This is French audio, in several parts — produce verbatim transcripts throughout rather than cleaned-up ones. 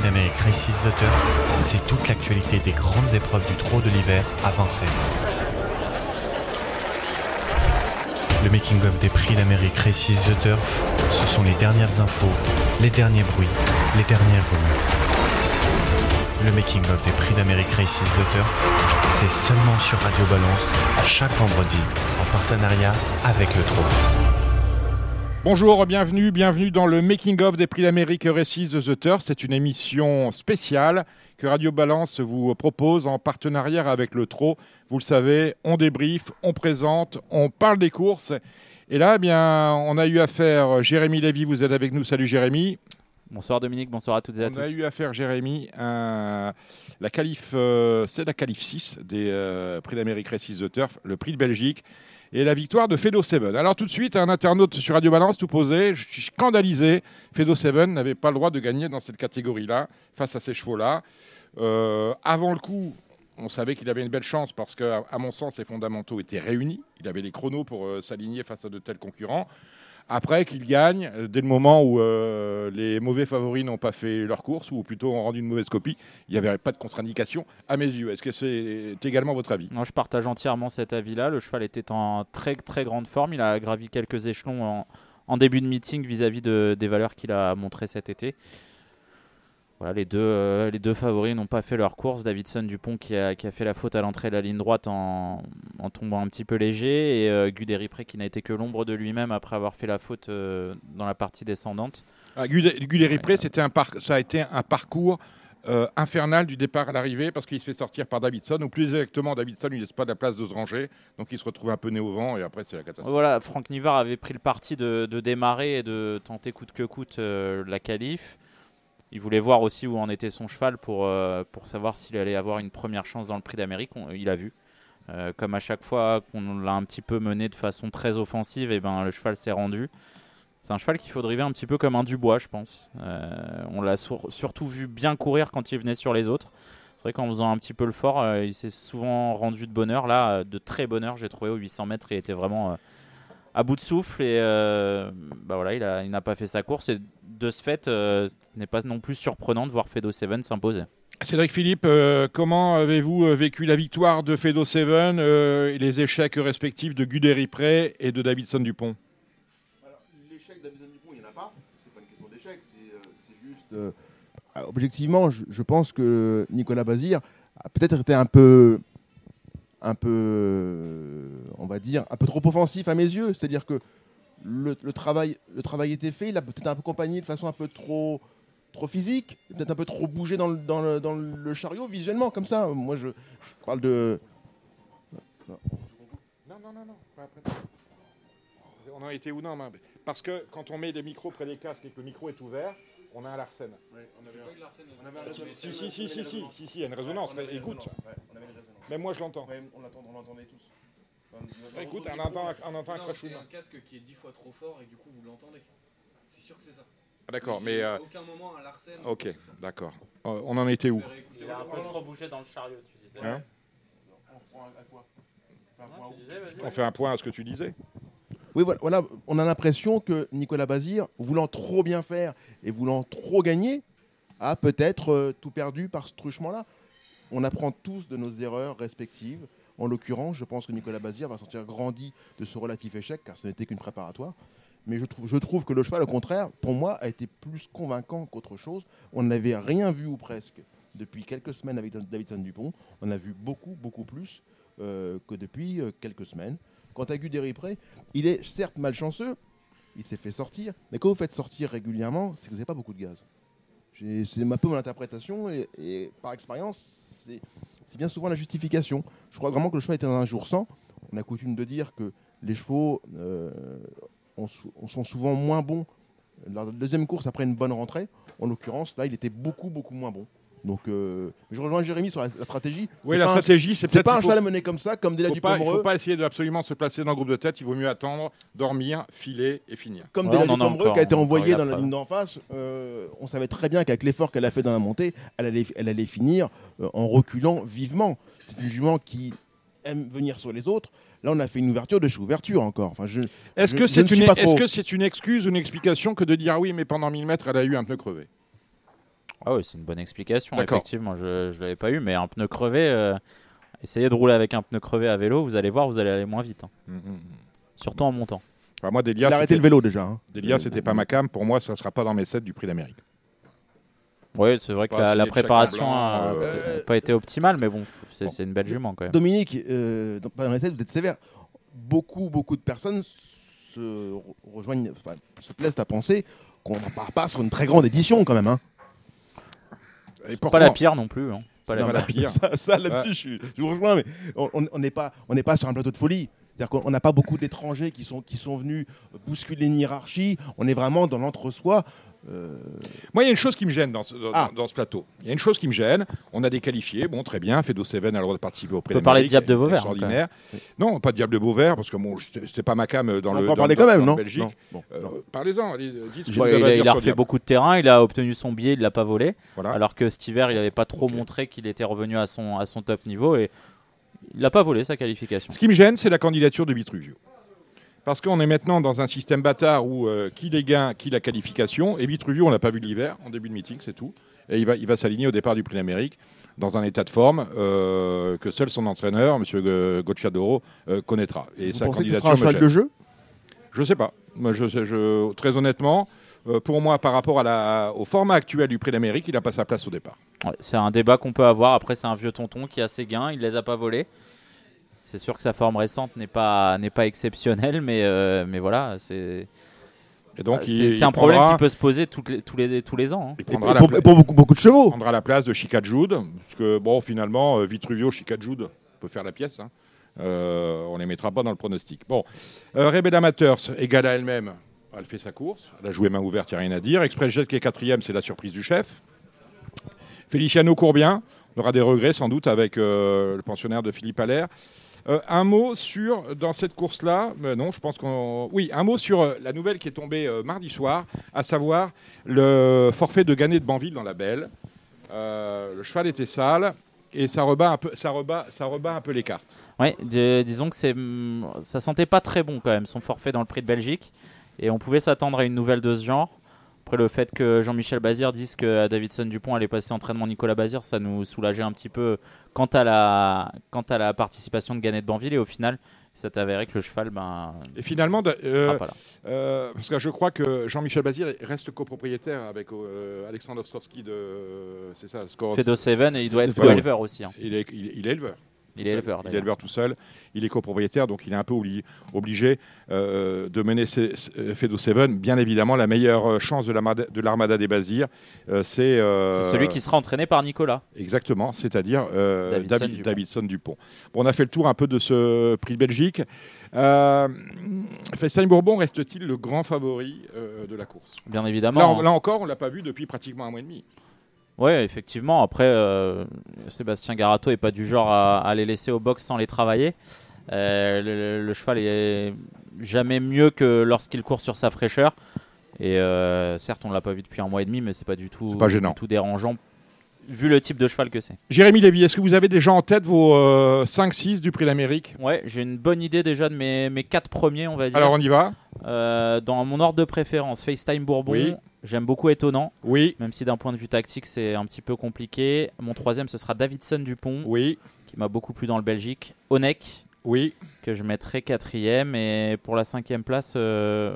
d'Amérique Races The Turf, c'est toute l'actualité des grandes épreuves du trot de l'hiver à Vincennes. Le making-of des prix d'Amérique Races The Turf, ce sont les dernières infos, les derniers bruits, les dernières rumeurs. Le making-of des prix d'Amérique Races The Turf, c'est seulement sur Radio Balance, à chaque vendredi, en partenariat avec le trot. Bonjour, bienvenue, bienvenue dans le making-of des prix d'Amérique Races The Turf. C'est une émission spéciale que Radio Balance vous propose en partenariat avec le trot. Vous le savez, on débriefe, on présente, on parle des courses. Et là, eh bien, on a eu affaire, Jérémy Lévy, vous êtes avec nous. Salut Jérémy. Bonsoir Dominique, bonsoir à toutes et à on tous. On a eu affaire, Jérémy, à la qualif, euh, c'est la qualif six des euh, prix d'Amérique Races The Turf, le prix de Belgique. Et la victoire de Fedo Seven. Alors tout de suite, un internaute sur Radio Balance tout posé. Je suis scandalisé. Fedo Seven n'avait pas le droit de gagner dans cette catégorie-là, face à ces chevaux-là. Euh, avant le coup, on savait qu'il avait une belle chance parce qu'à à mon sens, les fondamentaux étaient réunis. Il avait les chronos pour euh, s'aligner face à de tels concurrents. Après qu'il gagne, dès le moment où euh, les mauvais favoris n'ont pas fait leur course, ou plutôt ont rendu une mauvaise copie, il n'y avait pas de contre-indication à mes yeux. Est-ce que c'est également votre avis ? Non, je partage entièrement cet avis-là. Le cheval était en très très grande forme. Il a gravi quelques échelons en, en début de meeting vis-à-vis de, des valeurs qu'il a montrées cet été. Voilà, les deux, euh, les deux favoris n'ont pas fait leur course. Davidson Dupont qui a, qui a fait la faute à l'entrée de la ligne droite en, en tombant un petit peu léger. Et euh, Guderipré qui n'a été que l'ombre de lui-même après avoir fait la faute euh, dans la partie descendante. Ah, Guderipré, c'était un par- ça a été un parcours euh, infernal du départ à l'arrivée parce qu'il se fait sortir par Davidson. Ou plus exactement, Davidson ne lui laisse pas de la place de se ranger. Donc il se retrouve un peu nez au vent et après c'est la catastrophe. Voilà, Franck Nivard avait pris le parti de, de démarrer et de tenter coûte que coûte euh, la qualif. Il voulait voir aussi où en était son cheval pour, euh, pour savoir s'il allait avoir une première chance dans le Prix d'Amérique. On, il a vu. Euh, comme à chaque fois qu'on l'a un petit peu mené de façon très offensive, et ben, le cheval s'est rendu. C'est un cheval qu'il faut driver un petit peu comme un Dubois, je pense. Euh, on l'a sur, surtout vu bien courir quand il venait sur les autres. C'est vrai qu'en faisant un petit peu le fort, euh, il s'est souvent rendu de bonne heure. Là, de très bonne heure, j'ai trouvé au huit cents mètres. Il était vraiment... Euh, à bout de souffle et euh, bah voilà, il, a, il n'a pas fait sa course et de ce fait, euh, ce n'est pas non plus surprenant de voir Fedo Seven s'imposer. Cédric Philippe, euh, comment avez-vous vécu la victoire de Fedo Seven euh, et les échecs respectifs de Guderipré et de Davidson Dupont ? Alors, l'échec de Davidson Dupont, il n'y en a pas. C'est pas une question d'échec, c'est, euh, c'est juste... Euh, objectivement, je, je pense que Nicolas Bazir a peut-être été un peu... un peu, on va dire, un peu trop offensif à mes yeux. C'est-à-dire que le, le, travail, le travail était fait, il a peut-être accompagné de façon un peu trop, trop physique, peut-être un peu trop bougé dans le, dans le, dans le chariot visuellement, comme ça. Moi, je, je parle de... Non, non, non, non, pas après ça. On en était où non, parce que quand on met les micros près des casques et que le micro est ouvert, on a un Larsen. Ouais, on avait un... Larsen. On avait un résonance. Si, si, si, si, si, si, si, il y a une résonance. Ouais, écoute. Ouais, on avait une résonance. Même moi, je l'entends. Ouais, on, l'entend, on l'entendait tous. Enfin, ouais, écoute, on entend, on entend un crash. C'est un casque qui est dix fois trop fort et du coup, vous l'entendez. C'est sûr que c'est ça. Ah, d'accord, mais... Euh... À aucun moment, un Larsen... Ok, d'accord. Euh, on en était où ? Il a un peu trop bougé dans le chariot, tu disais. Hein ? On prend à quoi ? On fait un point, tu disais, on fait un point à ce que tu disais. Oui, voilà, voilà, on a l'impression que Nicolas Bazir, voulant trop bien faire et voulant trop gagner, a peut-être euh, tout perdu par ce truchement-là. On apprend tous de nos erreurs respectives. En l'occurrence, je pense que Nicolas Bazir va sortir grandi de ce relatif échec, car ce n'était qu'une préparatoire. Mais je trouve, je trouve que le cheval, au contraire, pour moi, a été plus convaincant qu'autre chose. On n'avait rien vu ou presque depuis quelques semaines avec Davidson Dupont. On a vu beaucoup, beaucoup plus euh, que depuis euh, quelques semaines. Quant à Guderipré, il est certes malchanceux, il s'est fait sortir, mais quand vous faites sortir régulièrement, c'est que vous n'avez pas beaucoup de gaz. J'ai, c'est un peu mon interprétation, et, et par expérience, c'est, c'est bien souvent la justification. Je crois vraiment que le cheval était dans un jour sans. On a coutume de dire que les chevaux euh, on, on sont souvent moins bons lors de la deuxième course après une bonne rentrée. En l'occurrence, là, il était beaucoup, beaucoup moins bon. Donc, euh, je rejoins Jérémy sur la, la stratégie. Oui, la stratégie, c'est, c'est peut-être pas un faut, cheval à mener comme ça, comme Della du Pomereux. Il ne faut pas essayer d'absolument se placer dans le groupe de tête. Il vaut mieux attendre, dormir, filer et finir. Comme ouais, Della du Pomereux qui a été envoyé dans la ligne d'en face. Euh, on savait très bien qu'avec l'effort qu'elle a fait dans la montée, elle allait, elle allait finir euh, en reculant vivement. C'est une jument qui aime venir sur les autres. Là, on a fait une ouverture de chez ouverture encore. Enfin, je, est-ce, je, que c'est je une, est-ce que c'est une excuse ou une explication que de dire ah oui, mais pendant mille mètres, elle a eu un pneu crevé ? Ah oui, c'est une bonne explication, D'accord. effectivement, je ne l'avais pas eu, mais un pneu crevé, euh, essayez de rouler avec un pneu crevé à vélo, vous allez voir, vous allez aller moins vite, hein. Mm, mm. Surtout en montant. Enfin, moi, Il Delia, a arrêté c'était- le vélo déjà. hein. Delia, c'était pas ma cam. Pour moi, ça ne sera pas dans mes sets du Prix d'Amérique. Oui, c'est vrai que Pas la, la celui de chacun préparation blanc, n'a euh, pas été optimale, mais bon, c'est Bon. c'est une belle jument quand même. Dominique, euh, dans dans les têtes, vous êtes sévère. Beaucoup, beaucoup de personnes se re- rejoignent, enfin, se plaisent à penser qu'on ne part pas sur une très grande édition quand même. Hein. Et Pas pourquoi la pire non plus. Hein. Pas la Non, pire. la pire. Ça, ça, là-dessus, je, suis- je vous rejoins, mais on on- on n'est pas, on n'est pas sur un plateau de folie. C'est-à-dire qu'on n'a pas beaucoup d'étrangers qui sont, qui sont venus bousculer une hiérarchie. On est vraiment dans l'entre-soi. Euh, Moi, il y a une chose qui me gêne dans ce, dans, Ah. dans ce plateau. Il y a une chose qui me gêne. On a des qualifiés. Bon, très bien. Fedo Seven a le droit de participer au Prix On peut parler de d'Amérique, Diable de Vauvert, extraordinaire. Non, pas de Diable de Beauvert, parce que bon, c'était c'était pas ma cam dans on le peut en dans, parler dans- quand même, dans non, Belgique. non, bon, Euh, non. Parlez-en. Allez, dites ce que Ouais, vous il avez a, à il dire a sur refait Diable. beaucoup de terrain, il a obtenu son billet, il l'a pas volé. Voilà. Alors que cet hiver, il n'avait pas trop Ok. montré qu'il était revenu à son, à son top niveau et il n'a pas volé sa qualification. Ce qui me gêne, c'est la candidature de Vitruvio. Parce qu'on est maintenant dans un système bâtard où euh, qui les gains, qui la qualification. Et Vitruvio, on l'a pas vu l'hiver, en début de meeting, c'est tout. Et il va, il va s'aligner au départ du Prix d'Amérique dans un état de forme euh, que seul son entraîneur, M. Gocciadoro, euh, connaîtra. Et Vous sa pensez que ce candidature sera un me cheval gêne. de jeu? Je sais pas. Moi, je, sais- je- très honnêtement, euh, pour moi, par rapport à la, au format actuel du Prix d'Amérique, il n'a pas sa place au départ. Ouais, c'est un débat qu'on peut avoir. Après, c'est un vieux tonton qui a ses gains, il les a pas volés. C'est sûr que sa forme récente n'est pas, n'est pas exceptionnelle, mais, euh, mais voilà, c'est Et donc, c'est- il, c'est il un problème prendra, qui peut se poser toutes les- tous, les, tous les ans, hein. il Et, prendra et la pour, pla- et pour beaucoup, beaucoup de chevaux. prendra la place de Chica Jude. Parce que, bon, finalement, euh, Vitruvio, Chica Jude peut faire la pièce. Hein. Euh, on ne les mettra pas dans le pronostic. Bon, euh, Rebel Amateurs, égale à elle-même, elle fait sa course. Elle a joué main ouverte, il n'y a rien à dire. Express Jet qui est quatrième, c'est la surprise du chef. Feliciano court bien. On aura des regrets sans doute avec euh, le pensionnaire de Philippe Allaire. Euh, un mot sur, dans cette course-là, euh, non, je pense qu'on... Oui, un mot sur euh, la nouvelle qui est tombée euh, mardi soir, à savoir le forfait de Gannet de Banville dans la Belle. Euh, le cheval était sale et ça rebat un peu, ça rebat, ça rebat un peu les cartes. Ouais, dis- disons que c'est, hum, ça sentait pas très bon quand même son forfait dans le Prix de Belgique et on pouvait s'attendre à une nouvelle de ce genre. Après le fait que Jean-Michel Bazir dise que Davidson Dupont allait passer entraînement Nicolas Bazir, ça nous soulageait un petit peu quant à la, quant à la participation de Gannet de Banville et au final, ça t'est avéré que le cheval, ben, Et finalement, sera euh, pas là. euh, parce que je crois que Jean-Michel Bazir reste copropriétaire avec euh, Alexandre Ostrovski de, c'est ça, Score- Fedo Seven et il doit être Voilà. éleveur aussi, hein. Il est, il est- il est éleveur. Il est éleveur Il est d'ailleurs. éleveur tout seul. Il est copropriétaire, donc il est un peu obli- obligé euh, de mener ses- ses- euh, Fedo Seven. Bien évidemment, la meilleure chance de l'Armada, de l'Armada des Bazirs, euh, c'est euh, C'est celui qui sera entraîné par Nicolas. exactement, c'est-à-dire euh, Davidson Davi- Dupont. Davidson Dupont. Bon, on a fait le tour un peu de ce Prix de Belgique. Euh, Festaing Bourbon reste-t-il le grand favori euh, de la course? Bien évidemment. Là, en- là encore, on l'a pas vu depuis pratiquement un mois et demi. Oui, effectivement. Après, euh, Sébastien Garato n'est pas du genre à, à les laisser au box sans les travailler. Euh, le, le cheval est jamais mieux que lorsqu'il court sur sa fraîcheur. Et euh, certes, on ne l'a pas vu depuis un mois et demi, mais c'est pas du tout, C'est pas gênant. du tout dérangeant vu le type de cheval que c'est. Jérémy Lévy, est-ce que vous avez déjà en tête vos euh, cinq six du Prix d'Amérique? Ouais, j'ai une bonne idée déjà de mes, mes quatre premiers, on va dire. Alors, on y va? Euh, dans mon ordre de préférence, FaceTime Bourbon, Oui. j'aime beaucoup Étonnant, Oui, même si d'un point de vue tactique, c'est un petit peu compliqué. Mon troisième, ce sera Davidson Dupont, oui, qui m'a beaucoup plu dans le Belgique. Onek, oui. que je mettrai quatrième. Et pour la cinquième place, euh,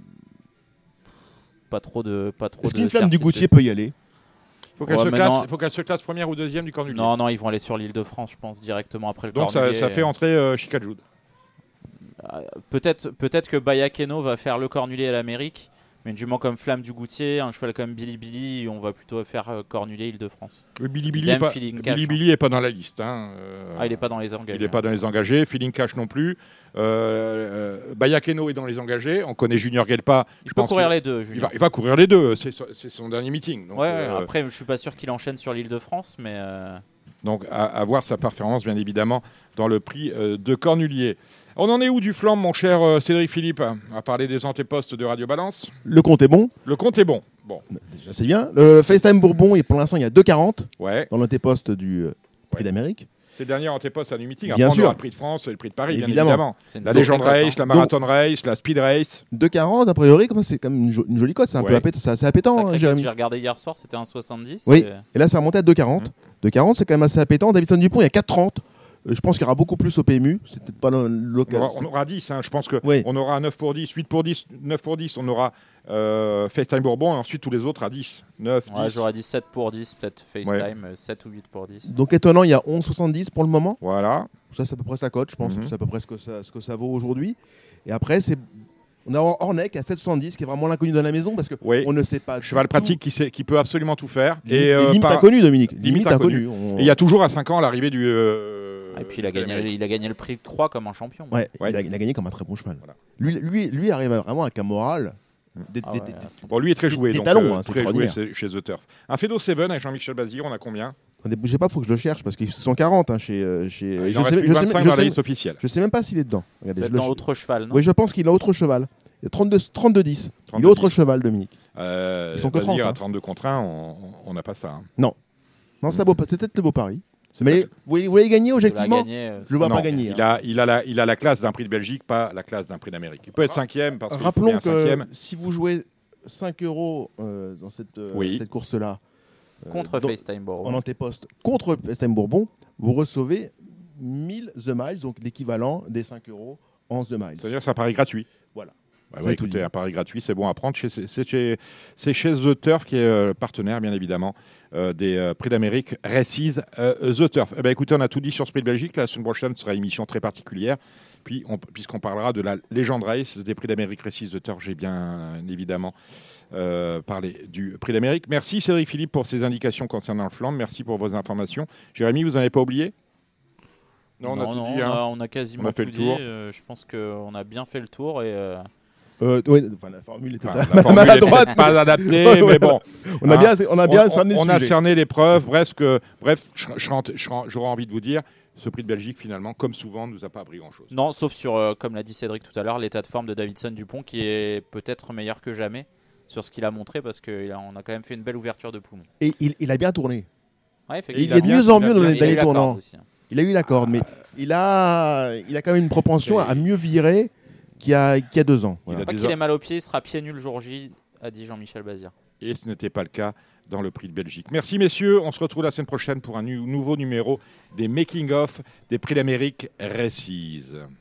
pas trop de pas trop Est-ce de qu'une flamme du certitude. Goutier peut y aller? Faut qu'elle Ouais, se mais classe, non. faut qu'elle se classe première ou deuxième du Cornulier. Non, non, ils vont aller sur l'île de France, je pense, directement après le Donc ça, Cornulier. ça fait entrer euh, Chica Jude. Euh, Peut-être peut-être que Bayakeno va faire le Cornulier à l'Amérique, mais une jument comme Flamme du Goutier, un cheval comme Billy Billy, on va plutôt faire euh, Cornulier Île-de-France. Oui, Billy Billy, Idem, est pas, Feeling Billy, Cash, hein. Billy est pas dans la liste. Hein. Euh, Ah, il est pas dans les engagés. il est pas dans les engagés. Feeling Cash non plus. Euh, euh, Bayakeno est dans les engagés. On connaît Junior Gelpa. Il je peut pense courir qu'il- les deux, Il Julien. va, il va courir les deux. C'est c'est son dernier meeting. Donc, ouais, ouais, euh, après, je suis pas sûr qu'il enchaîne sur l'Île-de-France, mais euh, donc à, à voir sa performance, bien évidemment, dans le prix euh, de Cornulier. On en est où du flambe, mon cher euh, Cédric Philippe? On va parler des antépostes de Radio Balance. Le compte est bon. Le compte est bon. Bon, Déjà, c'est bien. Le FaceTime Bourbon, et pour l'instant, il y a deux quarante ouais. dans l'antéposte du euh, Prix Ouais. d'Amérique. C'est le dernier antéposte à du meeting. Bien Après, on sûr. aura le prix de France et le prix de Paris, Évidemment. bien évidemment. C'est une La sacrée Legend cote, Race, hein. la Marathon Race, la Speed Race. deux quarante, a priori, comme c'est quand même une, jo- une jolie cote. C'est un peu Ouais. appét- c'est assez appétant, Sacrée hein, cote, Jérémy. J'ai regardé hier soir, c'était un soixante-dix. Oui. et- Et là, ça a remonté à deux quarante. Mhm. deux quarante, c'est quand même assez appétant. Davidson Dupont, il y a quatre trente. Euh, je pense qu'il y aura beaucoup plus au P M U. C'est peut-être pas On l'occasion. aura, on aura dix, hein. Je pense qu'on Oui. aura neuf pour dix, huit pour dix, neuf pour dix, on aura euh, FaceTime Bourbon et ensuite tous les autres à dix, neuf, Ouais, dix. j'aurais dit sept pour dix, peut-être FaceTime, euh, sept ou huit pour dix. Donc étonnant, il y a onze soixante-dix pour le moment. Voilà. Ça, c'est à peu près sa cote, je pense. Mhm. C'est à peu près ce que ça, ce que ça vaut aujourd'hui. Et après, c'est on a Hornec à sept soixante-dix, qui est vraiment l'inconnu de la maison parce que Oui. on ne sait pas. du Cheval tout. pratique qui, sait, qui peut absolument tout faire. Lim- Et euh, limite par- inconnu, Dominique. limite Limite inconnu. inconnu. On- Et il y a toujours à cinq ans l'arrivée du. euh, Et puis il a, de gagné, l'Amérique. il a gagné le prix de Croix comme un champion. Ouais, Ouais. Il, a, il a gagné comme un très bon cheval. Voilà. Lui, lui, lui arrive vraiment avec un moral. Des, Ah des- ouais, des- c'est- Bon, lui est très joué. Des donc, talons, euh, hein, c'est très joué extraordinaire. chez, chez The Turf. Un Fedo sept avec Jean-Michel Bazir, on a combien Attendez, bougez pas, faut que je le cherche parce qu'ils sont quarante hein, chez. euh, chez Il je, en reste sais, plus je, de sais, vingt-cinq je dans la sais- liste officielle. je sais même pas s'il est dedans. Regardez, je Peut-être le dans ch- autre cheval, non Oui, je pense qu'il a autre cheval. Il y a trente-deux, trente-deux dix. Il a trente-deux autre dix. cheval, Dominique. Euh, Ils sont que Bazir trente, à hein. trente-deux contre un, on on n'a pas ça. hein. Non, c'est, un beau, c'est peut-être le beau pari. C'est Mais peut-être- vous voulez, vous voulez gagner Il va objectivement gagner, euh, Je le vois Non, pas gagner. Il hein. a, il, a la, il a la classe d'un prix de Belgique, pas la classe d'un prix d'Amérique. Il peut être cinquième parce qu'il faut Rappelons bien un que cinquième. si vous jouez cinq euros euh, dans cette, euh, Oui. cette course-là, euh, contre dans- FaceTime Bourbon. en antéposte contre FaceTime Bourbon, vous recevez mille The Miles, donc l'équivalent des cinq euros en The Miles. C'est-à-dire que c'est un pari gratuit. Voilà. Bah J'ai ouais, tout écoutez, dit. un pari gratuit, c'est bon à prendre. Chez- C'est c'est chez, c'est chez The Turf qui est euh, partenaire, bien évidemment, euh, des euh, prix d'Amérique Races euh, The Turf. Eh ben, écoutez, on a tout dit sur ce prix de Belgique. La semaine prochaine sera une émission très particulière. Puis, on- puisqu'on parlera de la Legend Race, des prix d'Amérique Races The Turf, j'ai bien euh, évidemment euh, parlé du prix d'Amérique. Merci Cédric Philippe pour ces indications concernant le Flandre. Merci pour vos informations. Jérémy, vous n'en avez pas oublié Non, on a tout non, dit, on, hein. a, on a quasiment On a fait tout le dit. tour. euh, je pense qu'on a bien fait le tour et euh, Euh, ouais, enfin, la formule était Enfin, à- la formule maladroite. n'était pas adaptée, Ouais, ouais. mais bon. On a Hein, bien, on a bien on, cerné on le a sujet. cerné les preuves. Bref, que, bref je, je, je, je, j'aurais envie de vous dire, ce prix de Belgique, finalement, comme souvent, ne nous a pas appris grand-chose. non, sauf sur, euh, comme l'a dit Cédric tout à l'heure, l'état de forme de Davidson Dupont qui est peut-être meilleur que jamais sur ce qu'il a montré parce qu'on a quand même fait une belle ouverture de poumon. Et il, il a bien tourné. Ouais, Et effectivement. il est de bien- mieux en il a mieux dans bien- les Il a eu dans les la corde tournants. aussi, hein. Il a eu la corde, mais il a, il a quand même une propension à mieux virer qu'il y a, qu'il y a deux ans. Voilà. Il a Pas des qu'il or- ait mal aux pieds, il sera pieds nus le jour J, a dit Jean-Michel Bazir. Et ce n'était pas le cas dans le prix de Belgique. Merci messieurs, on se retrouve la semaine prochaine pour un nu- nouveau numéro des Making of des prix d'Amérique Races.